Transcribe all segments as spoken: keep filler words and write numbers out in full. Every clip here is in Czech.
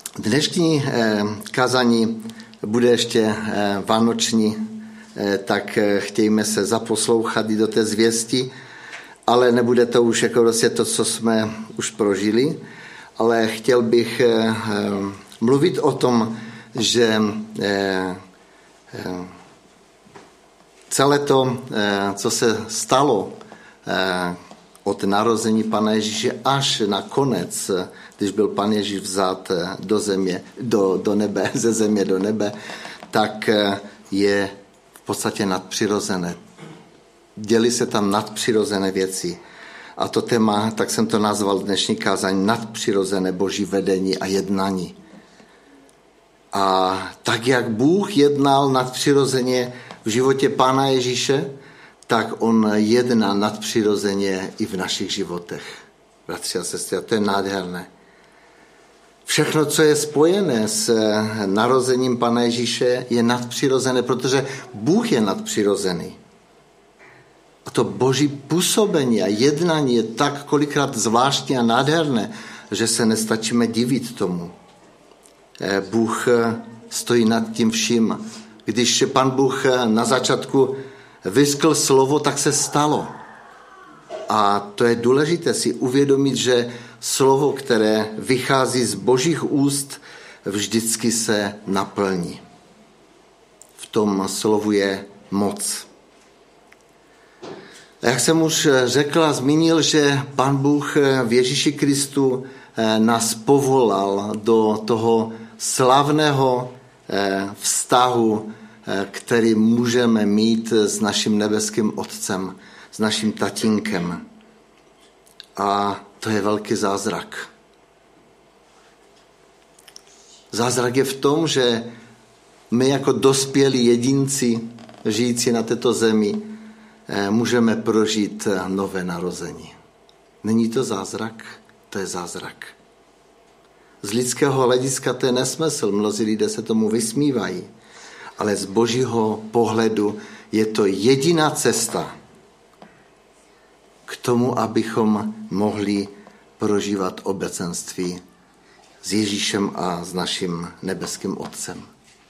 Dnešní kázání bude ještě vánoční, tak chtějme se zaposlouchat i do té zvěsti, ale nebude to už jako vlastně to, co jsme už prožili, ale chtěl bych mluvit o tom, že celé to, co se stalo od narození Pana Ježíše až na konec, když byl Pan Ježíš vzat do země, do, do nebe, ze země do nebe, tak je v podstatě nadpřirozené. Děli se tam nadpřirozené věci. A to téma, tak jsem to nazval dnešní kázání, nadpřirozené boží vedení a jednání. A tak, jak Bůh jednal nadpřirozeně v životě Pána Ježíše, tak on jedná nadpřirozeně i v našich životech. Bratři a sestry, a to je nádherné. Všechno, co je spojené s narozením Pana Ježíše, je nadpřirozené, protože Bůh je nadpřirozený. A to boží působení a jednání je tak kolikrát zvláštní a nádherné, že se nestačíme divit tomu. Bůh stojí nad tím vším. Když Pan Bůh na začátku vyskl slovo, tak se stalo. A to je důležité si uvědomit, že slovo, které vychází z božích úst, vždycky se naplní. V tom slovu je moc. Jak jsem už řekl a zmínil, že Pan Bůh v Ježíši Kristu nás povolal do toho slavného vztahu, který můžeme mít s naším nebeským Otcem, s naším tatínkem. A to je velký zázrak. Zázrak je v tom, že my jako dospělí jedinci, žijící na této zemi, můžeme prožít nové narození. Není to zázrak? To je zázrak. Z lidského hlediska to je nesmysl. Mnozí lidé se tomu vysmívají. Ale z božího pohledu je to jediná cesta k tomu, abychom mohli prožívat obecenství s Ježíšem a s naším nebeským Otcem.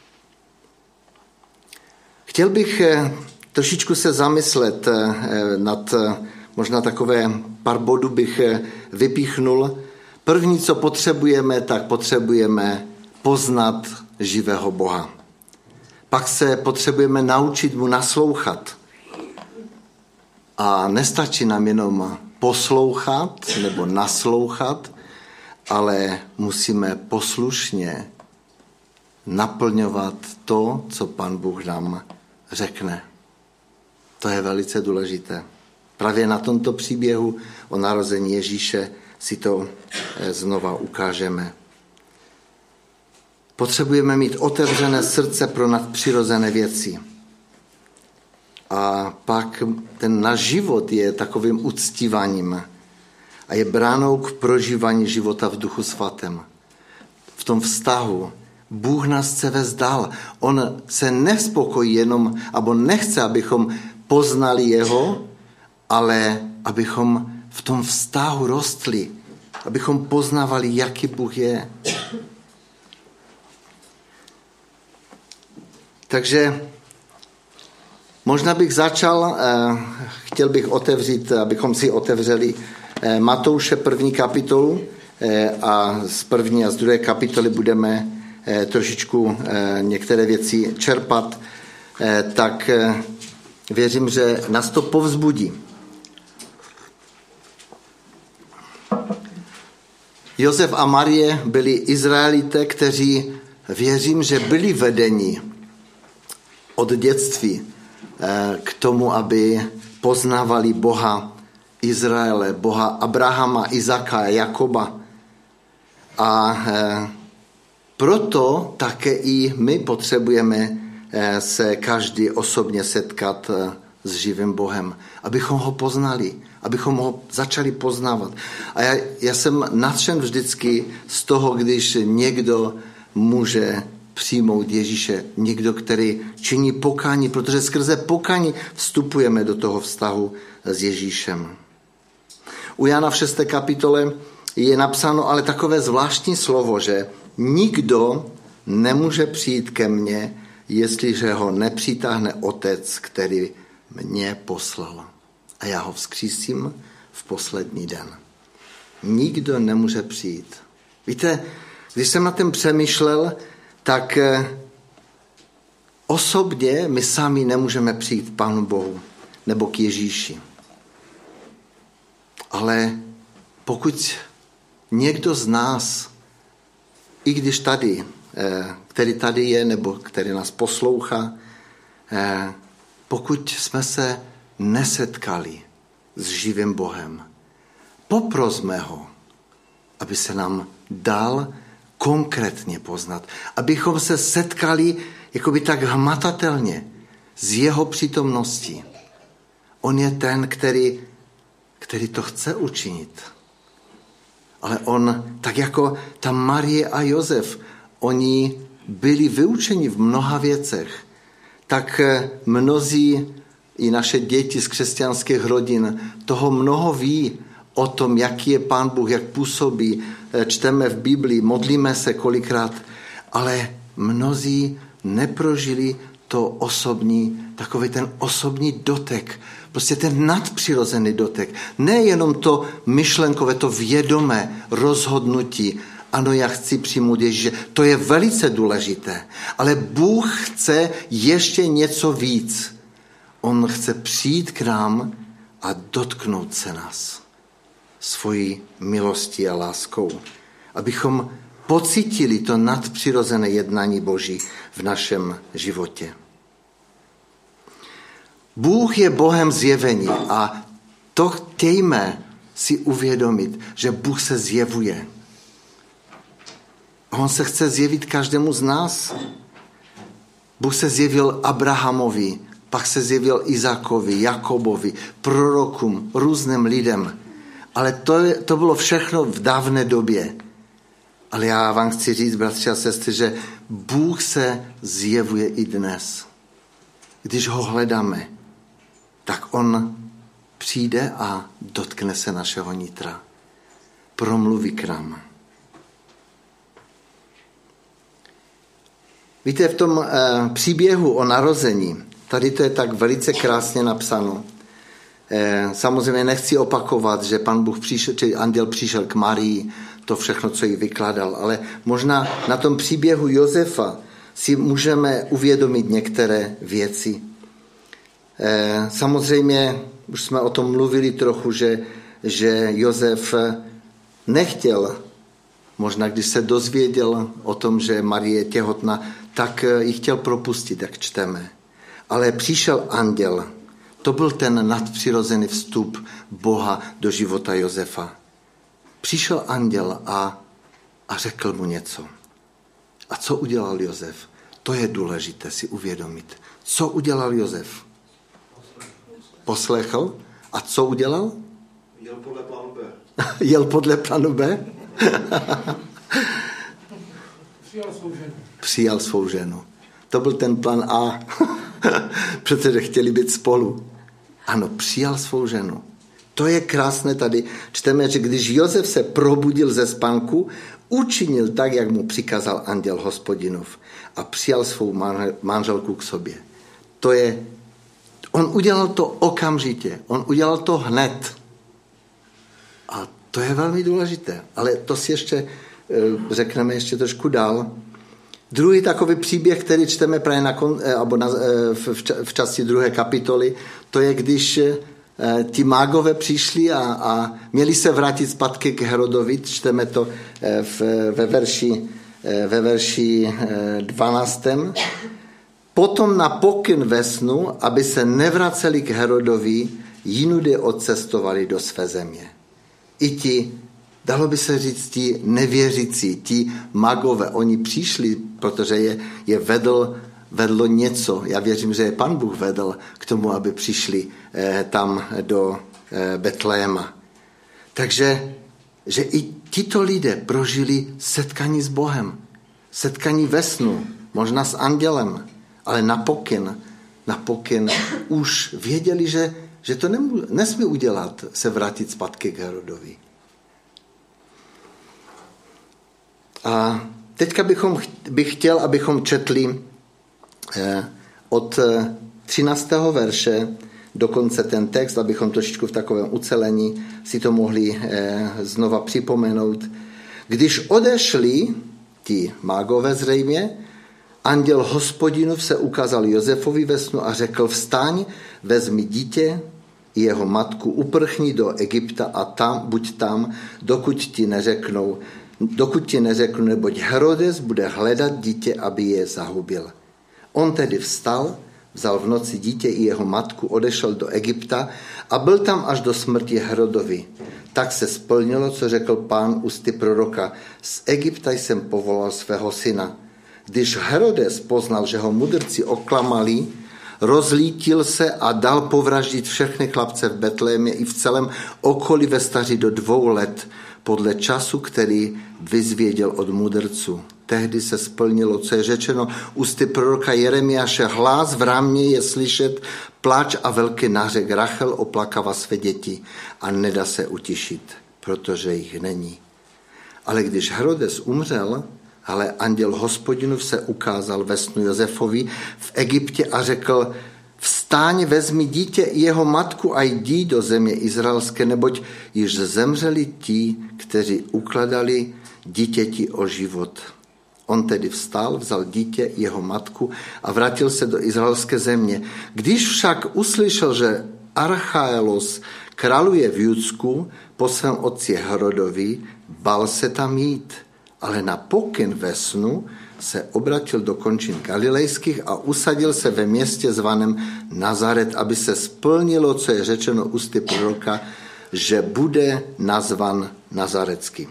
Chtěl bych trošičku se zamyslet nad možná takové pár bodů bych vypíchnul. První, co potřebujeme, tak potřebujeme poznat živého Boha. Pak se potřebujeme naučit mu naslouchat. A nestačí nám jenom poslouchat nebo naslouchat, ale musíme poslušně naplňovat to, co Pan Bůh nám řekne. To je velice důležité. Právě na tomto příběhu o narození Ježíše si to znova ukážeme. Potřebujeme mít otevřené srdce pro nadpřirozené věci. A pak ten náš život je takovým uctíváním a je bránou k prožívání života v Duchu Svatém. V tom vztahu Bůh nás chce vést dál. On se nespokojí jenom, abo nechce, abychom poznali jeho, ale abychom v tom vztahu rostli, abychom poznávali, jaký Bůh je. Takže možná bych začal, chtěl bych otevřít, abychom si otevřeli Matouše první kapitolu a z první a z druhé kapitoly budeme trošičku některé věci čerpat, tak věřím, že nás to povzbudí. Josef a Marie byli Izraelité, kteří věřím, že byli vedeni od dětství k tomu, aby poznávali Boha Izraele, Boha Abrahama, Izaka a Jakoba. A proto také i my potřebujeme se každý osobně setkat s živým Bohem, abychom ho poznali, abychom ho začali poznávat. A já, já jsem nadšen vždycky z toho, když někdo může přijmout Ježíše, někdo, který činí pokání, protože skrze pokání vstupujeme do toho vztahu s Ježíšem. U Jana v šesté kapitole je napsáno ale takové zvláštní slovo, že nikdo nemůže přijít ke mně, jestliže ho nepřitáhne Otec, který mě poslal. A já ho vzkřísím v poslední den. Nikdo nemůže přijít. Víte, když jsem na tím přemýšlel, tak osobně my sami nemůžeme přijít k Pánu Bohu nebo k Ježíši. Ale pokud někdo z nás, i když tady, který tady je, nebo který nás poslouchá, pokud jsme se nesetkali s živým Bohem, poprosme ho, aby se nám dal konkrétně poznat, abychom se setkali jakoby tak hmatatelně z jeho přítomností. On je ten, který, který to chce učinit. Ale on, tak jako ta Marie a Josef, oni byli vyučeni v mnoha věcech, tak mnozí i naše děti z křesťanských rodin toho mnoho ví o tom, jaký je Pán Bůh, jak působí, čteme v Biblii, modlíme se kolikrát, ale mnozí neprožili to osobní, takový ten osobní dotek, prostě ten nadpřirozený dotek. Nejenom to myšlenkové, to vědomé rozhodnutí, ano, já chci přijmout Ježíše, to je velice důležité, ale Bůh chce ještě něco víc. On chce přijít k nám a dotknout se nás svojí milostí a láskou, abychom pocítili to nadpřirozené jednání Boží v našem životě. Bůh je Bohem zjevení a to chtějme si uvědomit, že Bůh se zjevuje. On se chce zjevit každému z nás. Bůh se zjevil Abrahamovi, pak se zjevil Izákovi, Jakobovi, prorokům, různým lidem. Ale to, to bylo všechno v dávné době. Ale já vám chci říct, bratři a sestry, že Bůh se zjevuje i dnes. Když ho hledáme, tak on přijde a dotkne se našeho nitra. Promluví k nám. Víte, v tom e, příběhu o narození, tady to je tak velice krásně napsáno. E, samozřejmě nechci opakovat, že Pan Bůh přišel, či anděl přišel k Marii, to všechno, co jí vykládal, ale možná na tom příběhu Josefa si můžeme uvědomit některé věci. E, samozřejmě, už jsme o tom mluvili trochu, že, že Josef nechtěl, možná když se dozvěděl o tom, že Marie je těhotná, tak ji chtěl propustit, jak čteme. Ale přišel anděl. To byl ten nadpřirozený vstup Boha do života Josefa. Přišel anděl a, a řekl mu něco. A co udělal Josef? To je důležité si uvědomit. Co udělal Josef? Poslechl. A co udělal? Jel podle plánu B. Jel podle plánu B? Přijal svou ženu. Přijal svou ženu. To byl ten plán A. Protože chtěli být spolu. Ano, přijal svou ženu. To je krásné tady. Čteme, že když Josef se probudil ze spánku, učinil tak, jak mu přikázal anděl Hospodinův a přijal svou manželku k sobě. To je, on udělal to okamžitě. On udělal to hned. A to je velmi důležité. Ale to si ještě řekneme ještě trošku dál. Druhý takový příběh, který čteme právě na, nebo na, v, v části druhé kapitoly, to je, když ti mágové přišli a, a měli se vrátit zpátky k Herodovi, čteme to v, ve verši, ve verši dvanáctém. Potom na pokyn ve snu, aby se nevraceli k Herodovi, jinudy odcestovali do své země. I ti, dalo by se říct, ti nevěřící, ti magové, oni přišli, protože je, je vedl, vedlo něco. Já věřím, že je Pan Bůh vedl k tomu, aby přišli eh, tam do eh, Betléma. Takže že i tito lidé prožili setkání s Bohem. Setkání ve snu, možná s andělem, ale na pokyn, na pokyn už věděli, že, že to nemů, nesmí udělat, se vrátit zpátky k Herodovi. A teďka bychom, bych chtěl, abychom četli od třináctého verše dokonce ten text, abychom trošičku v takovém ucelení si to mohli znova připomenout. Když odešli ti mágové zřejmě, anděl Hospodinův se ukázal Josefovi ve snu a řekl: vstaň, vezmi dítě i jeho matku, uprchni do Egypta a tam, buď tam, dokud ti neřeknou, dokud ti neřeknu, neboť Herodes bude hledat dítě, aby je zahubil. On tedy vstal, vzal v noci dítě i jeho matku, odešel do Egypta a byl tam až do smrti Herodovi. Tak se splnilo, co řekl Pán ústy proroka: z Egypta jsem povolal svého syna. Když Herodes poznal, že ho mudrci oklamali, rozlítil se a dal povraždit všechny chlapce v Betlémě i v celém okolí ve staří do dvou let, podle času, který vyzvěděl od mudrců. Tehdy se splnilo, co je řečeno ústy proroka Jeremiáše: hlas v rámě je slyšet, pláč a velký nářek. Rachel oplakává své děti a nedá se utišit, protože jich není. Ale když Herodes umřel, ale anděl Hospodinův se ukázal ve snu Josefovi v Egyptě a řekl: vstaň, vezmi dítě i jeho matku a jdi do země izraelské, neboť již zemřeli ti, kteří ukladali dítěti o život. On tedy vstal, vzal dítě i jeho matku a vrátil se do izraelské země. Když však uslyšel, že Archaelos králuje v Judsku po svém otci Herodovi, bál se tam jít. Ale na pokyn ve snu se obratil do končin galilejských a usadil se ve městě zvaném Nazaret, aby se splnilo, co je řečeno ústy proroka, že bude nazvan Nazarecký.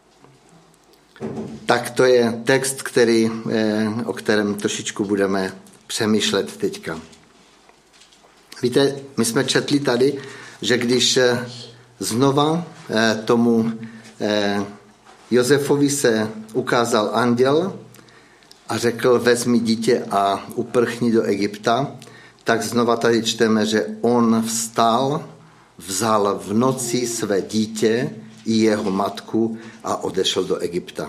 Tak to je text, který, o kterém trošičku budeme přemýšlet teďka. Víte, my jsme četli tady, že když znova tomu Josefovi se ukázal anděl a řekl: vezmi dítě a uprchni do Egypta, tak znova tady čteme, že on vstal, vzal v noci své dítě i jeho matku a odešel do Egypta.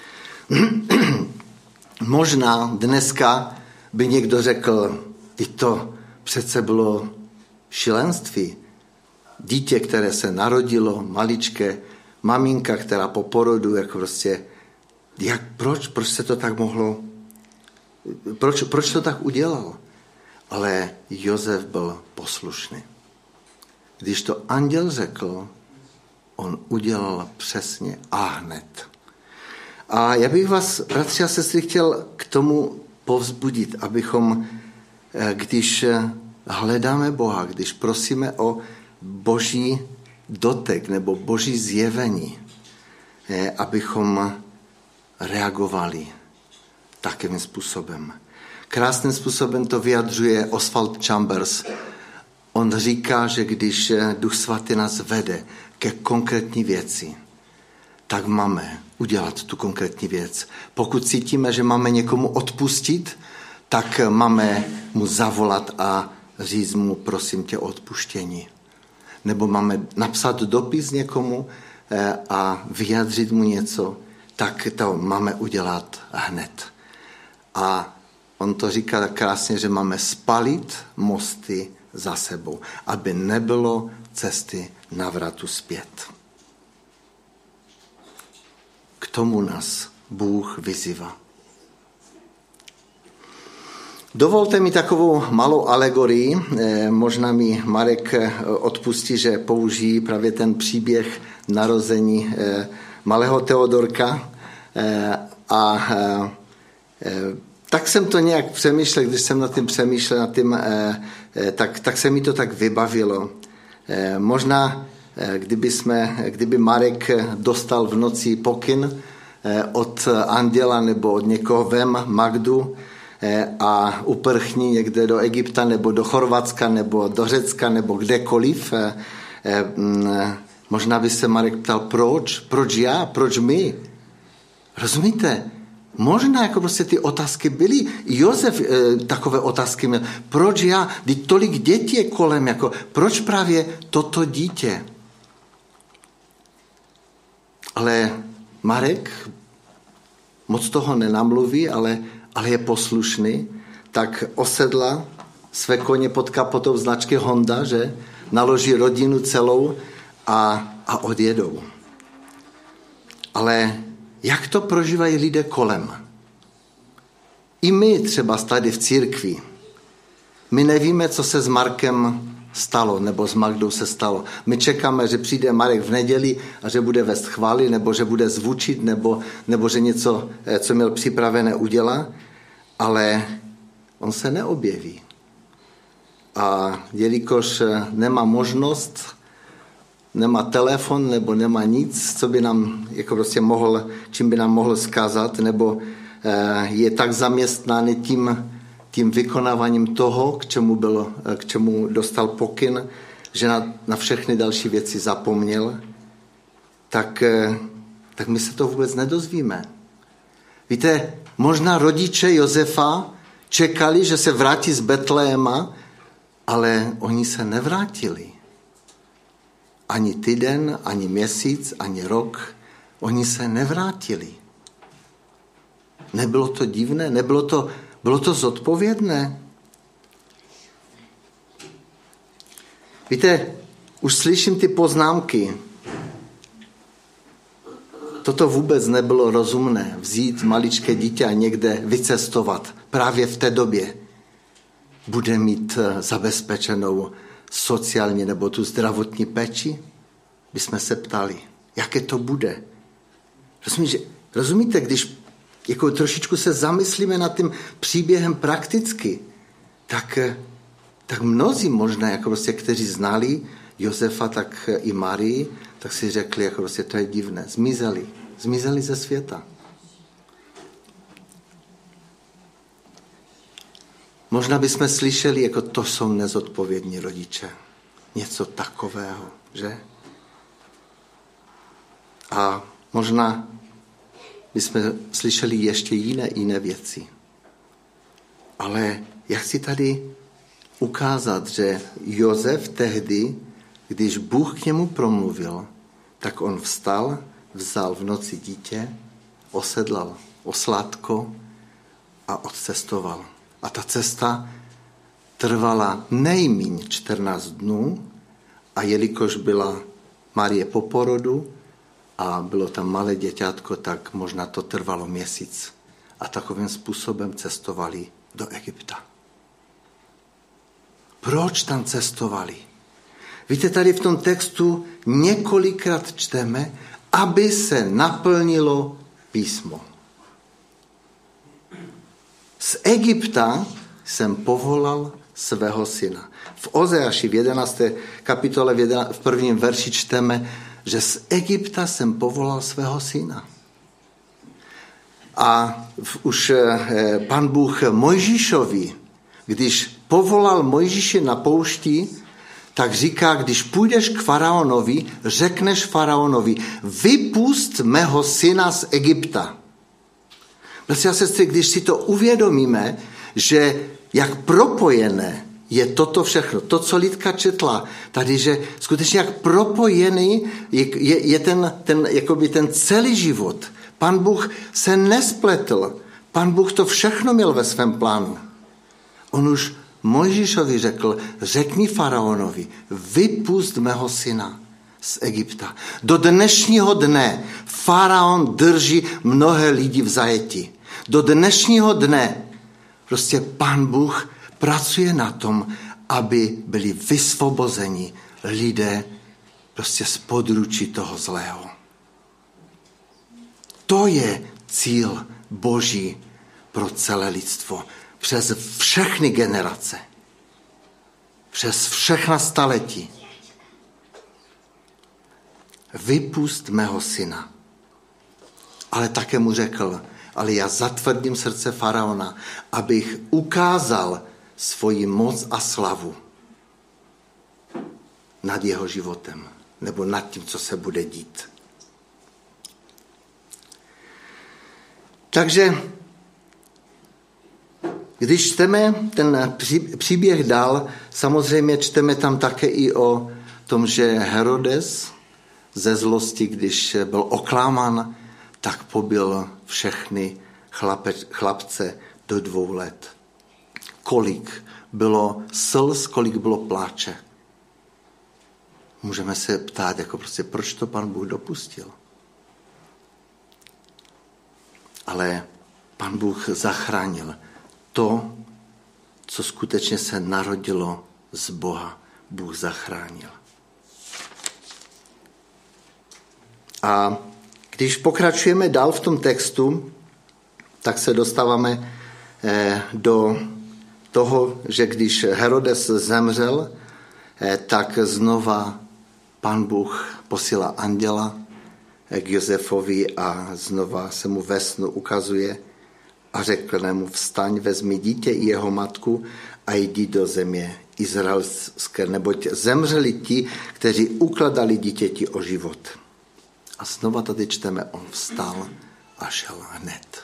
Možná dneska by někdo řekl: i to přece bylo šílenství. Dítě, které se narodilo, maličké, maminka, která po porodu, jako prostě, jak, proč, proč se to tak mohlo, proč, proč to tak udělal? Ale Josef byl poslušný. Když to anděl řekl, on udělal přesně a hned. A já bych vás, bratři a sestry, chtěl k tomu povzbudit, abychom, když hledáme Boha, když prosíme o Boží dotek nebo Boží zjevení, abychom reagovali takovým způsobem. Krásným způsobem to vyjadřuje Oswald Chambers. On říká, že když Duch Svatý nás vede ke konkrétní věci, tak máme udělat tu konkrétní věc. Pokud cítíme, že máme někomu odpustit, tak máme mu zavolat a říct mu: prosím tě o odpuštění. Nebo máme napsat dopis někomu a vyjádřit mu něco, tak to máme udělat hned. A on to říká tak krásně, že máme spalit mosty za sebou, aby nebylo cesty návratu zpět. K tomu nás Bůh vyzývá. Dovolte mi takovou malou alegorii, možná mi Marek odpustí, že použijí právě ten příběh narození malého Teodorka. A tak jsem to nějak přemýšlel, když jsem nad tím přemýšlel, nad tím, tak, tak se mi to tak vybavilo. Možná, kdyby, jsme, kdyby Marek dostal v noci pokyn od anděla nebo od někoho: vem Magdu a uprchni někde do Egypta nebo do Chorvatska nebo do Řecka nebo kdekoliv. Možná by se Marek ptal: proč? Proč já? Proč my? Rozumíte? Možná jako prostě ty otázky byly. Josef e, takové otázky měl. Proč já? Vždyť tolik dětí je kolem. Jako, proč právě toto dítě? Ale Marek moc toho nenamluví, ale, ale je poslušný, tak osedla své koně pod kapotou značky Honda, že naloží rodinu celou a, a odjedou. Ale jak to prožívají lidé kolem? I my třeba tady v církvi, my nevíme, co se s Markem stalo, nebo s Magdou se stalo. My čekáme, že přijde Marek v neděli a že bude vést chvály, nebo že bude zvučit, nebo, nebo že něco, co měl připravené, udělá, ale on se neobjeví. A jelikož nemá možnost, nemá telefon, nebo nemá nic, co by nám jako prostě mohl, čím by nám mohl zkázat, nebo je tak zaměstnaný tím, tím vykonáváním toho, k čemu, bylo, k čemu dostal pokyn, že na, na všechny další věci zapomněl, tak, tak my se to vůbec nedozvíme. Víte, možná rodiče Josefa čekali, že se vrátí z Betléma, ale oni se nevrátili. Ani týden, ani měsíc, ani rok, oni se nevrátili. Nebylo to divné? Nebylo to, bylo to zodpovědné? Víte, už slyším ty poznámky. Toto vůbec nebylo rozumné, vzít maličké dítě a někde vycestovat. Právě v té době bude mít zabezpečenou sociální nebo tu zdravotní péči? Bychom se ptali, jaké to bude. Rozumíte, rozumíte když jako trošičku se zamyslíme nad tím příběhem prakticky, tak, tak mnozí možná, jako prostě, kteří znali Josefa, tak i Marii, tak si řekli, jako prostě to je divné. Zmizeli. Zmizeli ze světa. Možná bychom slyšeli, jako to jsou nezodpovědní rodiče. Něco takového, že? A možná bychom slyšeli ještě jiné, jiné věci. Ale já chci tady ukázat, že Josef tehdy, když Bůh k němu promluvil, tak on vstal, vzal v noci dítě, osedlal oslátko a odcestoval. A ta cesta trvala nejméně čtrnáct dnů a jelikož byla Marie po porodu a bylo tam malé děťátko, tak možná to trvalo měsíc. A takovým způsobem cestovali do Egypta. Proč tam cestovali? Víte, tady v tom textu několikrát čteme, aby se naplnilo písmo. Z Egypta jsem povolal svého syna. V Ozeáši v jedenácté kapitole v prvním verši čteme, že z Egypta jsem povolal svého syna. A už pan Bůh Mojžíšovi, když povolal Mojžíše na poušti, tak říká, když půjdeš k faraonovi, řekneš faraonovi, vypust mého syna z Egypta. Bratři a sestry, když si to uvědomíme, že jak propojené je toto všechno, to, co Lidka četla tady, že skutečně jak propojený je, je, je ten, ten, jakoby ten celý život. Pan Bůh se nespletl. Pan Bůh to všechno měl ve svém plánu. On už Mojžíšovi řekl, řekni faraonovi, vypust mého syna z Egypta. Do dnešního dne faraon drží mnohé lidi v zajetí. Do dnešního dne prostě Pán Bůh pracuje na tom, aby byli vysvobozeni lidé prostě z područí toho zlého. To je cíl Boží pro celé lidstvo. Přes všechny generace. Přes všechna staletí. Vypust mého syna. Ale také mu řekl, ale já zatvrdím srdce faraona, abych ukázal svoji moc a slavu nad jeho životem, nebo nad tím, co se bude dít. Takže, když čteme ten příběh dál, samozřejmě čteme tam také i o tom, že Herodes ze zlosti, když byl oklámán, tak pobil všechny chlape, chlapce do dvou let. Kolik bylo slz, kolik bylo pláče. Můžeme se ptát, jako prostě, proč to Pan Bůh dopustil. Ale Pan Bůh zachránil to, co skutečně se narodilo z Boha. Bůh zachránil. A když pokračujeme dál v tom textu, tak se dostáváme do toho, že když Herodes zemřel, tak znova Pan Bůh posílá anděla k Josefovi a znova se mu ve snu ukazuje a řekne mu: vstaň, vezmi dítě i jeho matku a jdi do země izraelské, neboť zemřeli ti, kteří ukladali dítěti o život. A znova tady čteme, on vstal a šel hned.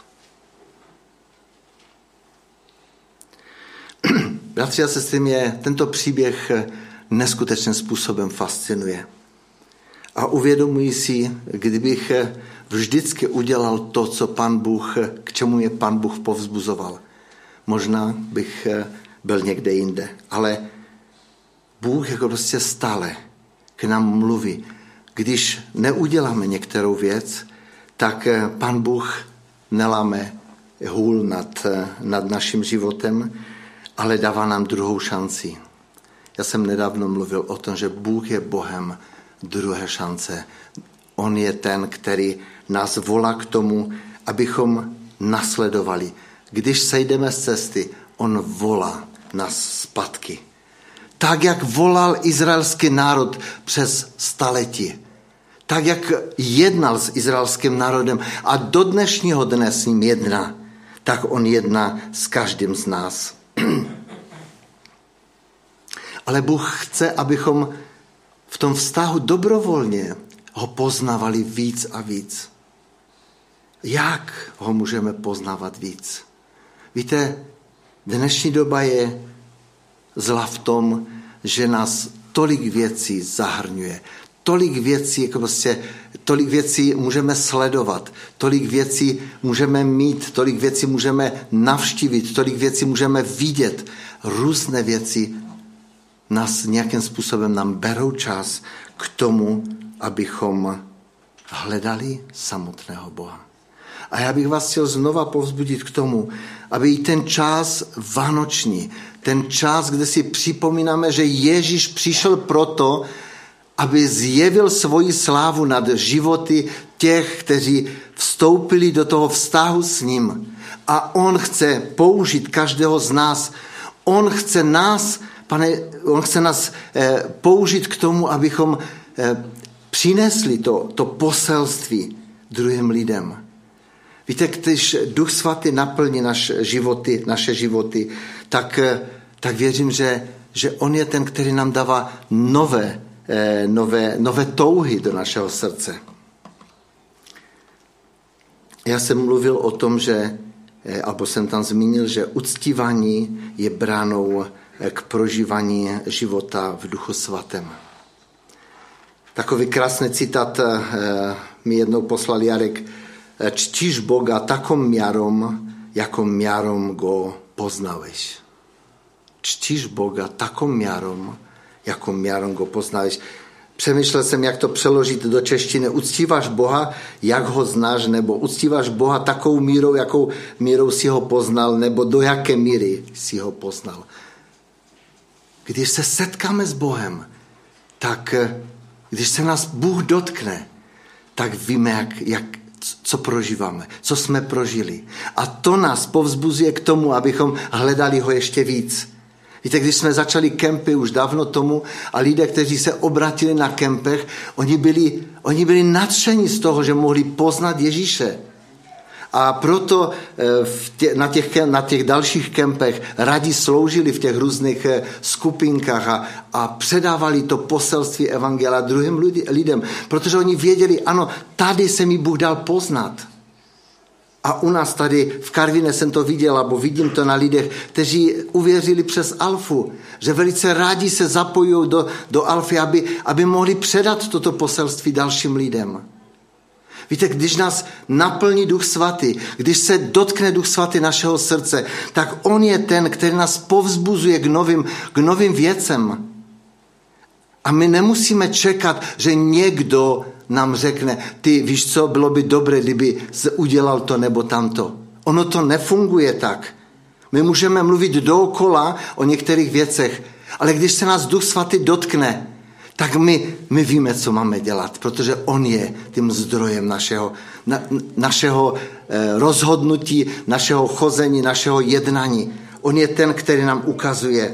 Bratři a sestry, mě tento příběh neskutečným způsobem fascinuje. A uvědomuji si, kdybych vždycky udělal to, co Pan Bůh, k čemu mě Pan Bůh povzbuzoval. Možná bych byl někde jinde, ale Bůh jako prostě stále k nám mluví. Když neuděláme některou věc, tak Pan Bůh neláme hůl nad, nad naším životem, ale dává nám druhou šanci. Já jsem nedávno mluvil o tom, že Bůh je Bohem druhé šance. On je ten, který nás volá k tomu, abychom nasledovali. Když sejdeme z cesty, on volá nás zpátky. Tak, jak volal izraelský národ přes staletí. Tak, jak jednal s izraelským národem a do dnešního dne s ním jedná, tak on jedná s každým z nás. Ale Bůh chce, abychom v tom vztahu dobrovolně ho poznávali víc a víc. Jak ho můžeme poznávat víc? Víte, dnešní doba je zla v tom, že nás tolik věcí zahrňuje. Tolik věcí, jako prostě, tolik věcí můžeme sledovat, tolik věcí můžeme mít, tolik věcí můžeme navštívit, tolik věcí můžeme vidět. Různé věci nás nějakým způsobem nám berou čas k tomu, abychom hledali samotného Boha. A já bych vás chtěl znova povzbudit k tomu, aby i ten čas vánoční, ten čas, kde si připomínáme, že Ježíš přišel proto, aby zjevil svoji slávu nad životy těch, kteří vstoupili do toho vztahu s ním. A on chce použít každého z nás. On chce nás, pane, on chce nás eh, použít k tomu, abychom eh, přinesli to, to poselství druhým lidem. Víte, když Duch Svatý naplní naše životy, naše životy, tak, tak věřím, že, že on je ten, který nám dává nové, nové, nové touhy do našeho srdce. Já jsem mluvil o tom, že, alebo jsem tam zmínil, že uctívání je bránou k prožívání života v Duchu Svatém. Takový krásný citát mi jednou poslal Jarek: čtíš Boga takou měrou, jakou měrou go poznáš. Čtíš Boga takou měrou, jakou měrou go poznáš. Přemýšlel jsem, jak to přeložit do češtiny. Uctíváš Boha, jak ho znáš, nebo uctíváš Boha takovou mírou, jakou mírou si ho poznal, nebo do jaké míry si ho poznal. Když se setkáme s Bohem, tak když se nás Bůh dotkne, tak víme, jak, jak co prožíváme, co jsme prožili. A to nás povzbuzuje k tomu, abychom hledali ho ještě víc. Víte, když jsme začali kempy už dávno tomu a lidé, kteří se obratili na kempech, oni byli, oni byli nadšení z toho, že mohli poznat Ježíše. A proto v tě, na, těch, na těch dalších kempech rádi sloužili v těch různých skupinkách a, a předávali to poselství evangelia druhým lidem, protože oni věděli, ano, tady se mi Bůh dal poznat. A u nás tady v Karviné jsem to viděl, nebo vidím to na lidech, kteří uvěřili přes Alfu, že velice rádi se zapojují do, do Alfy, aby, aby mohli předat toto poselství dalším lidem. Víte, když nás naplní Duch Svatý, když se dotkne Duch Svatý našeho srdce, tak on je ten, který nás povzbuzuje k novým, k novým věcem. A my nemusíme čekat, že někdo nám řekne, ty víš co, bylo by dobré, kdyby se udělal to nebo tamto. Ono to nefunguje tak. My můžeme mluvit dookola o některých věcech, ale když se nás Duch Svatý dotkne, tak my, my víme, co máme dělat, protože on je tím zdrojem našeho, na, našeho eh, rozhodnutí, našeho chození, našeho jednání. On je ten, který nám ukazuje.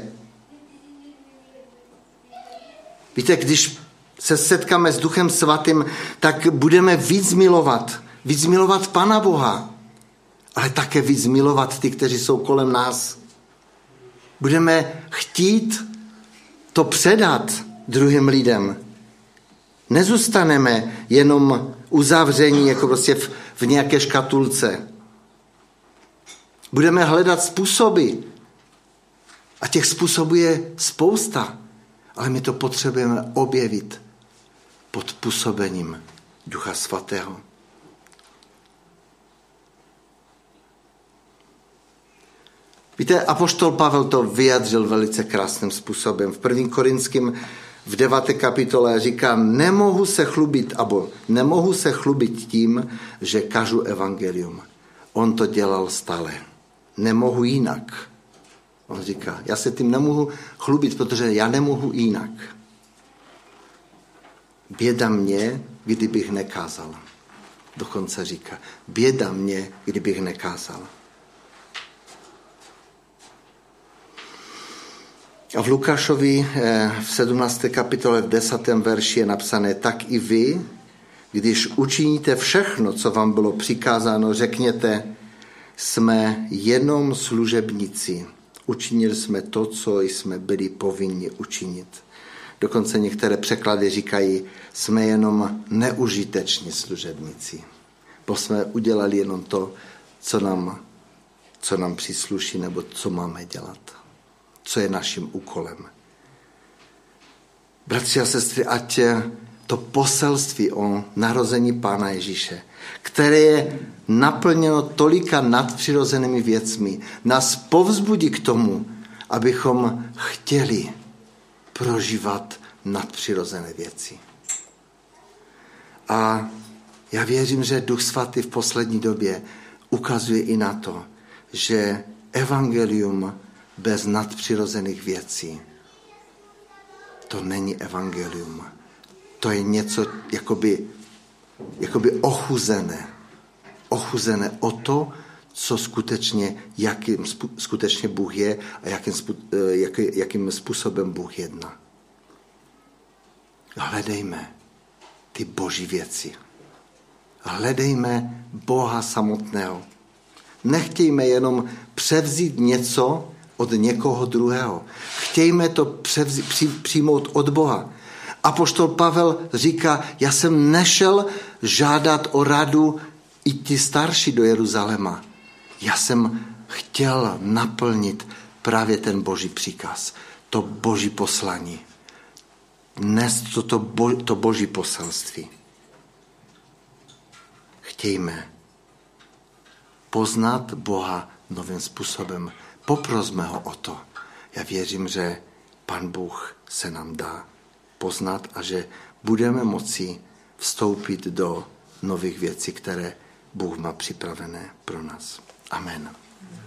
Víte, když se setkáme s Duchem Svatým, tak budeme víc milovat. Víc milovat Pana Boha, ale také víc milovat ty, kteří jsou kolem nás. Budeme chtít to předat druhým lidem. Nezůstaneme jenom uzavření jako prostě v, v nějaké škatulce. Budeme hledat způsoby. A těch způsobů je spousta. Ale my to potřebujeme objevit pod působením Ducha Svatého. Víte, apoštol Pavel to vyjadřil velice krásným způsobem. V prvním Korinským v deváté kapitole říká, nemohu se chlubit, abo nemohu se chlubit tím, že kažu evangelium. On to dělal stále. Nemohu jinak. On říká, já se tím nemohu chlubit, protože já nemohu jinak. Běda mě, kdybych nekázal. Dokonce říká, běda mě, kdybych nekázal. A v Lukášovi v sedmnácté kapitole v desátém verši je napsané, tak i vy, když učiníte všechno, co vám bylo přikázáno, řekněte, jsme jenom služebníci. Učinili jsme to, co jsme byli povinni učinit. Dokonce některé překlady říkají, jsme jenom neužiteční služebníci. Bo jsme udělali jenom to, co nám, co nám přísluší, nebo co máme dělat. Co je naším úkolem. Bratři a sestry, ať to poselství o narození Pána Ježíše, které je naplněno tolika nadpřirozenými věcmi, nás povzbudí k tomu, abychom chtěli prožívat nadpřirozené věci. A já věřím, že Duch Svatý v poslední době ukazuje i na to, že evangelium bez nadpřirozených věcí to není evangelium. To je něco jakoby, jakoby ochuzené. Ochuzené o to, co skutečně, jakým skutečně Bůh je a jakým, jaký, jakým způsobem Bůh jedná. Hledejme ty boží věci. Hledejme Boha samotného. Nechtějme jenom převzít něco od někoho druhého. Chtějme to převzít, při, přijmout od Boha. Apoštol Pavel říká, já jsem nešel žádat o radu i ti starší do Jeruzaléma. Já jsem chtěl naplnit právě ten boží příkaz, to boží poslaní. Dnes to, to, bo, to boží poselství. Chtějme poznat Boha novým způsobem. Poprosme ho o to. Já věřím, že Pan Bůh se nám dá poznat a že budeme moci vstoupit do nových věcí, které Bůh má připravené pro nás. Amen.